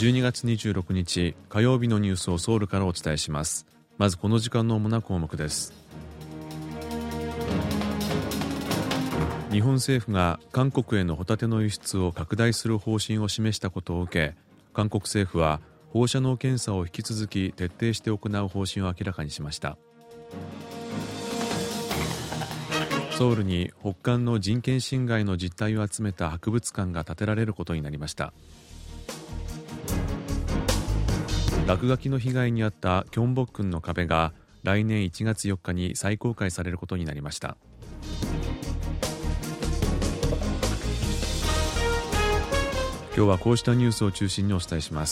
12月26日火曜日のニュースをソウルからお伝えします。まずこの時間の主な項目です。日本政府が韓国へのホタテの輸出を拡大する方針を示したことを受け、韓国政府は放射能検査を引き続き徹底して行う方針を明らかにしました。ソウルに北韓の人権侵害の実態を集めた博物館が建てられることになりました。落書きの被害に遭ったキョンボックンの壁が来年1月4日に再公開されることになりました。今日はこうしたニュースを中心にお伝えします。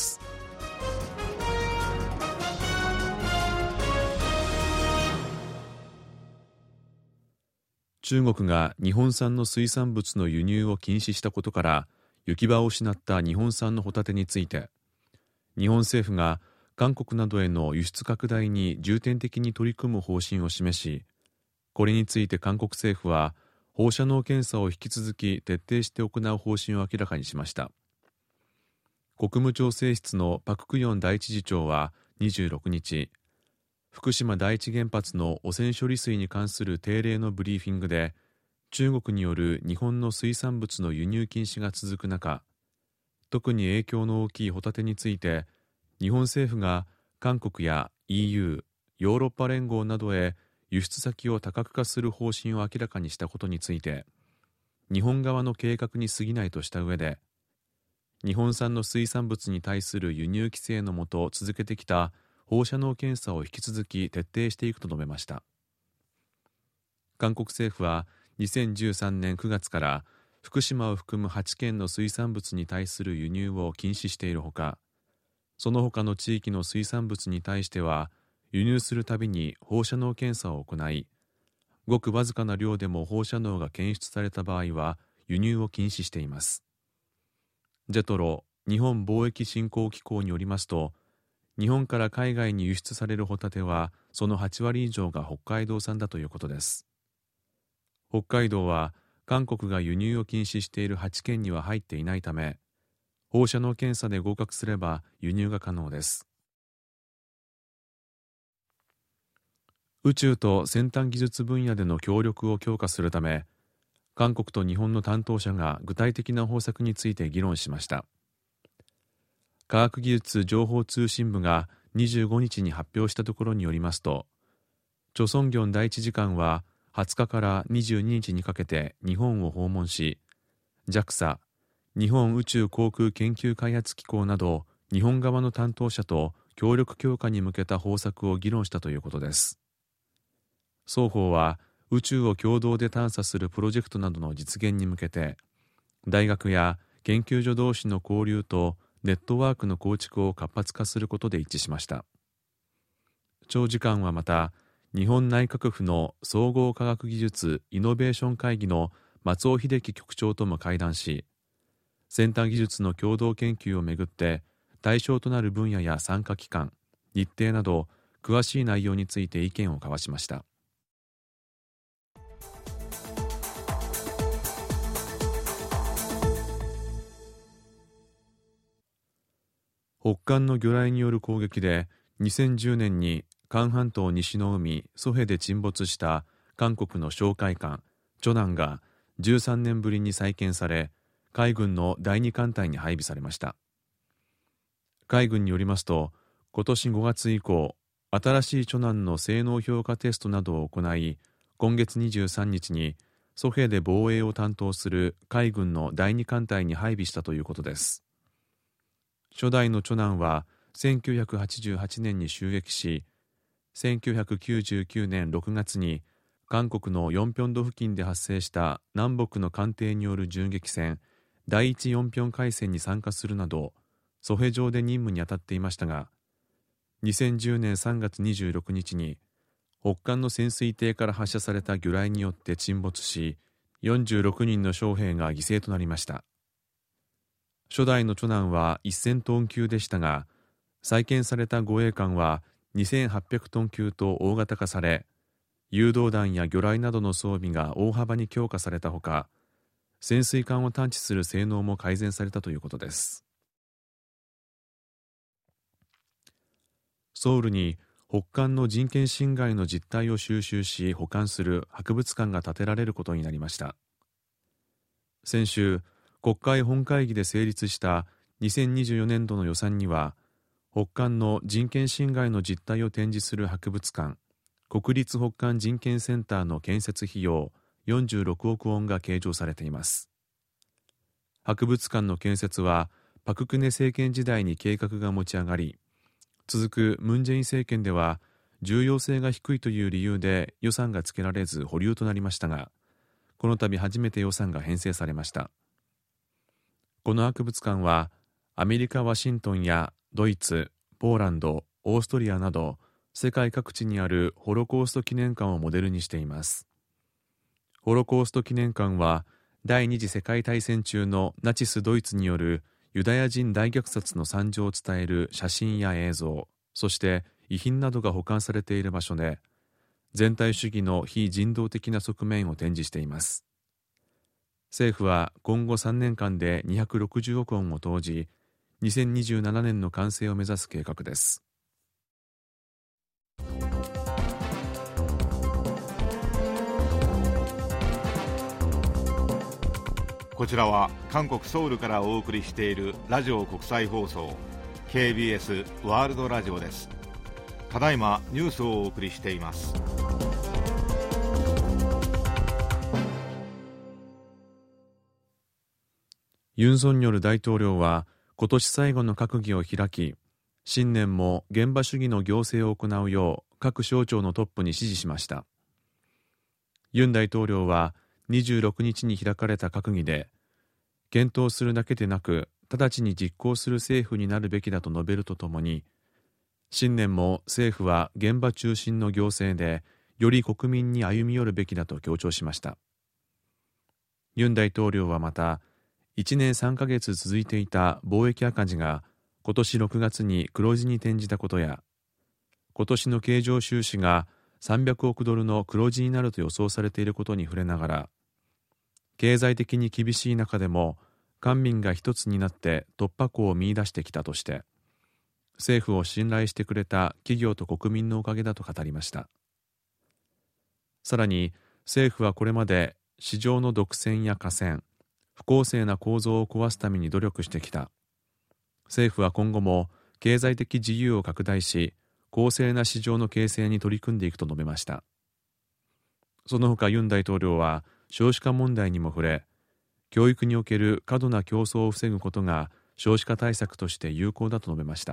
中国が日本産の水産物の輸入を禁止したことから行き場を失った日本産のホタテについて、日本政府が韓国などへの輸出拡大に重点的に取り組む方針を示し、これについて韓国政府は放射能検査を引き続き徹底して行う方針を明らかにしました。国務調整室のパク・クヨン第一次長は26日、福島第一原発の汚染処理水に関する定例のブリーフィングで、中国による日本の水産物の輸入禁止が続く中、特に影響の大きいホタテについて、日本政府が韓国や EU、ヨーロッパ連合などへ輸出先を多角化する方針を明らかにしたことについて、日本側の計画に過ぎないとした上で、日本産の水産物に対する輸入規制のもと続けてきた放射能検査を引き続き徹底していくと述べました。韓国政府は2013年9月から福島を含む8県の水産物に対する輸入を禁止しているほか、その他の地域の水産物に対しては輸入するたびに放射能検査を行い、ごくわずかな量でも放射能が検出された場合は輸入を禁止しています。ジェトロ日本貿易振興機構によりますと、日本から海外に輸出されるホタテはその8割以上が北海道産だということです。北海道は韓国が輸入を禁止している8県には入っていないため、放射能検査で合格すれば輸入が可能です。宇宙と先端技術分野での協力を強化するため、韓国と日本の担当者が具体的な方策について議論しました。科学技術情報通信部が25日に発表したところによりますと、チョ・ソンギョン第一次官は20日から22日にかけて日本を訪問し、JAXA、日本宇宙航空研究開発機構など日本側の担当者と協力強化に向けた方策を議論したということです。双方は宇宙を共同で探査するプロジェクトなどの実現に向けて、大学や研究所同士の交流とネットワークの構築を活発化することで一致しました。張次官はまた、日本内閣府の総合科学技術イノベーション会議の松尾秀樹局長とも会談し、先端技術の共同研究をめぐって対象となる分野や参加機関、日程など詳しい内容について意見を交わしました。北韓の魚雷による攻撃で2010年に韓半島西の海ソヘで沈没した韓国の哨戒艦チョナンが13年ぶりに再建され、海軍の第2艦隊に配備されました。海軍によりますと、今年5月以降、新しいチョナンの性能評価テストなどを行い、今月23日にソヘで防衛を担当する海軍の第2艦隊に配備したということです。初代のチョナンは1988年に就役し、1999年6月に韓国のヨンピョンド付近で発生した南北の艦艇による銃撃戦第一ヨンピョン海戦に参加するなどソヘ上で任務に当たっていましたが、2010年3月26日に北韓の潜水艇から発射された魚雷によって沈没し、46人の将兵が犠牲となりました。初代のチョナンは1000トン級でしたが、再建された護衛艦は2800トン級と大型化され、誘導弾や魚雷などの装備が大幅に強化されたほか、潜水艦を探知する性能も改善されたということです。 ソウルに北韓の人権侵害の実態を収集し保管する博物館が建てられることになりました。先週、国会本会議で成立した2024年度の予算には、北韓の人権侵害の実態を展示する博物館、国立北韓人権センターの建設費用46億ウォンが計上されています。博物館の建設はパククネ政権時代に計画が持ち上がり、続くムン・ジェイン政権では重要性が低いという理由で予算がつけられず保留となりましたが、この度初めて予算が編成されました。この博物館はアメリカ・ワシントンやドイツ、ポーランド、オーストリアなど世界各地にあるホロコースト記念館をモデルにしています。ホロコースト記念館は第二次世界大戦中のナチスドイツによるユダヤ人大虐殺の惨状を伝える写真や映像、そして遺品などが保管されている場所で、全体主義の非人道的な側面を展示しています。政府は今後3年間で260億ウォンを投じ、2027年の完成を目指す計画です。 こちらは韓国ソウルからお送りしているラジオ国際放送 KBS ワールドラジオです。ただいまニュースをお送りしています。 ユン・ソンニョル大統領は今年最後の閣議を開き、新年も現場主義の行政を行うよう各省庁のトップに指示しました。ユン大統領は26日に開かれた閣議で、検討するだけでなく直ちに実行する政府になるべきだと述べるとともに、新年も政府は現場中心の行政でより国民に歩み寄るべきだと強調しました。ユン大統領はまた、1年3ヶ月続いていた貿易赤字が今年6月に黒字に転じたことや、今年の経常収支が300億ドルの黒字になると予想されていることに触れながら、経済的に厳しい中でも官民が一つになって突破口を見出してきたとして、政府を信頼してくれた企業と国民のおかげだと語りました。さらに政府はこれまで市場の独占や寡占、不公正な構造を壊すために努力してきた。政府は今後も経済的自由を拡大し、公正な市場の形成に取り組んでいくと述べました。その他ユン大統領は少子化問題にも触れ、教育における過度な競争を防ぐことが少子化対策として有効だと述べました。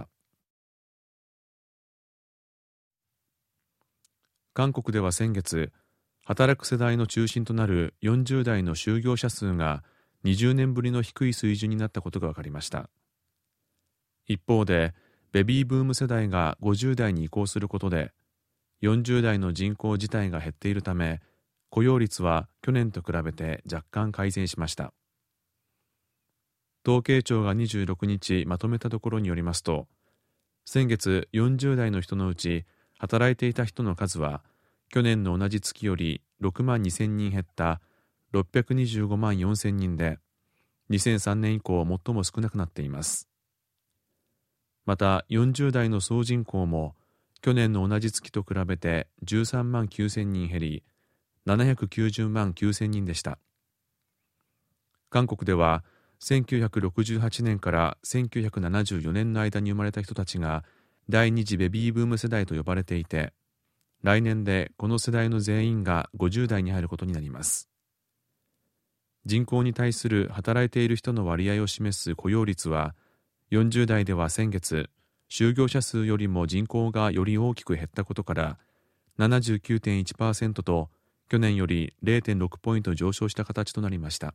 韓国では先月、働く世代の中心となる40代の就業者数が20年ぶりの低い水準になったことが分かりました。一方で、ベビーブーム世代が50代に移行することで、40代の人口自体が減っているため、雇用率は去年と比べて若干改善しました。統計庁が26日まとめたところによりますと、先月40代の人のうち働いていた人の数は去年の同じ月より6万2000人減った625万4000人で、2003年以降最も少なくなっています。また40代の総人口も去年の同じ月と比べて13万9000人減り、790万9000人でした。韓国では1968年から1974年の間に生まれた人たちが第二次ベビーブーム世代と呼ばれていて、来年でこの世代の全員が50代に入ることになります。人口に対する働いている人の割合を示す雇用率は、40代では先月、就業者数よりも人口がより大きく減ったことから 79.1% と去年より 0.6 ポイント上昇した形となりました。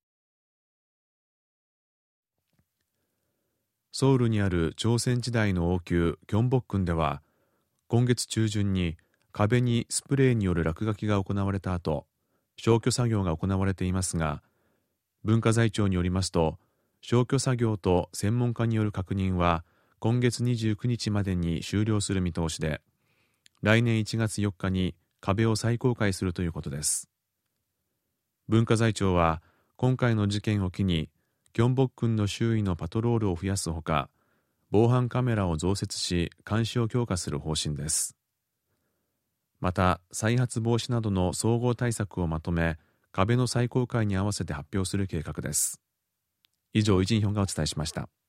ソウルにある朝鮮時代の王宮キョンボックンでは、今月中旬に壁にスプレーによる落書きが行われた後、消去作業が行われていますが、文化財庁によりますと、消去作業と専門家による確認は今月29日までに終了する見通しで、来年1月4日に壁を再公開するということです。文化財庁は今回の事件を機にキョンボックンの周囲のパトロールを増やすほか、 防犯カメラを増設し監視を強化する方針です。また再発防止などの総合対策をまとめ、壁の最高会に合わせて発表する計画です。以上、イジンヒョンがお伝えしました。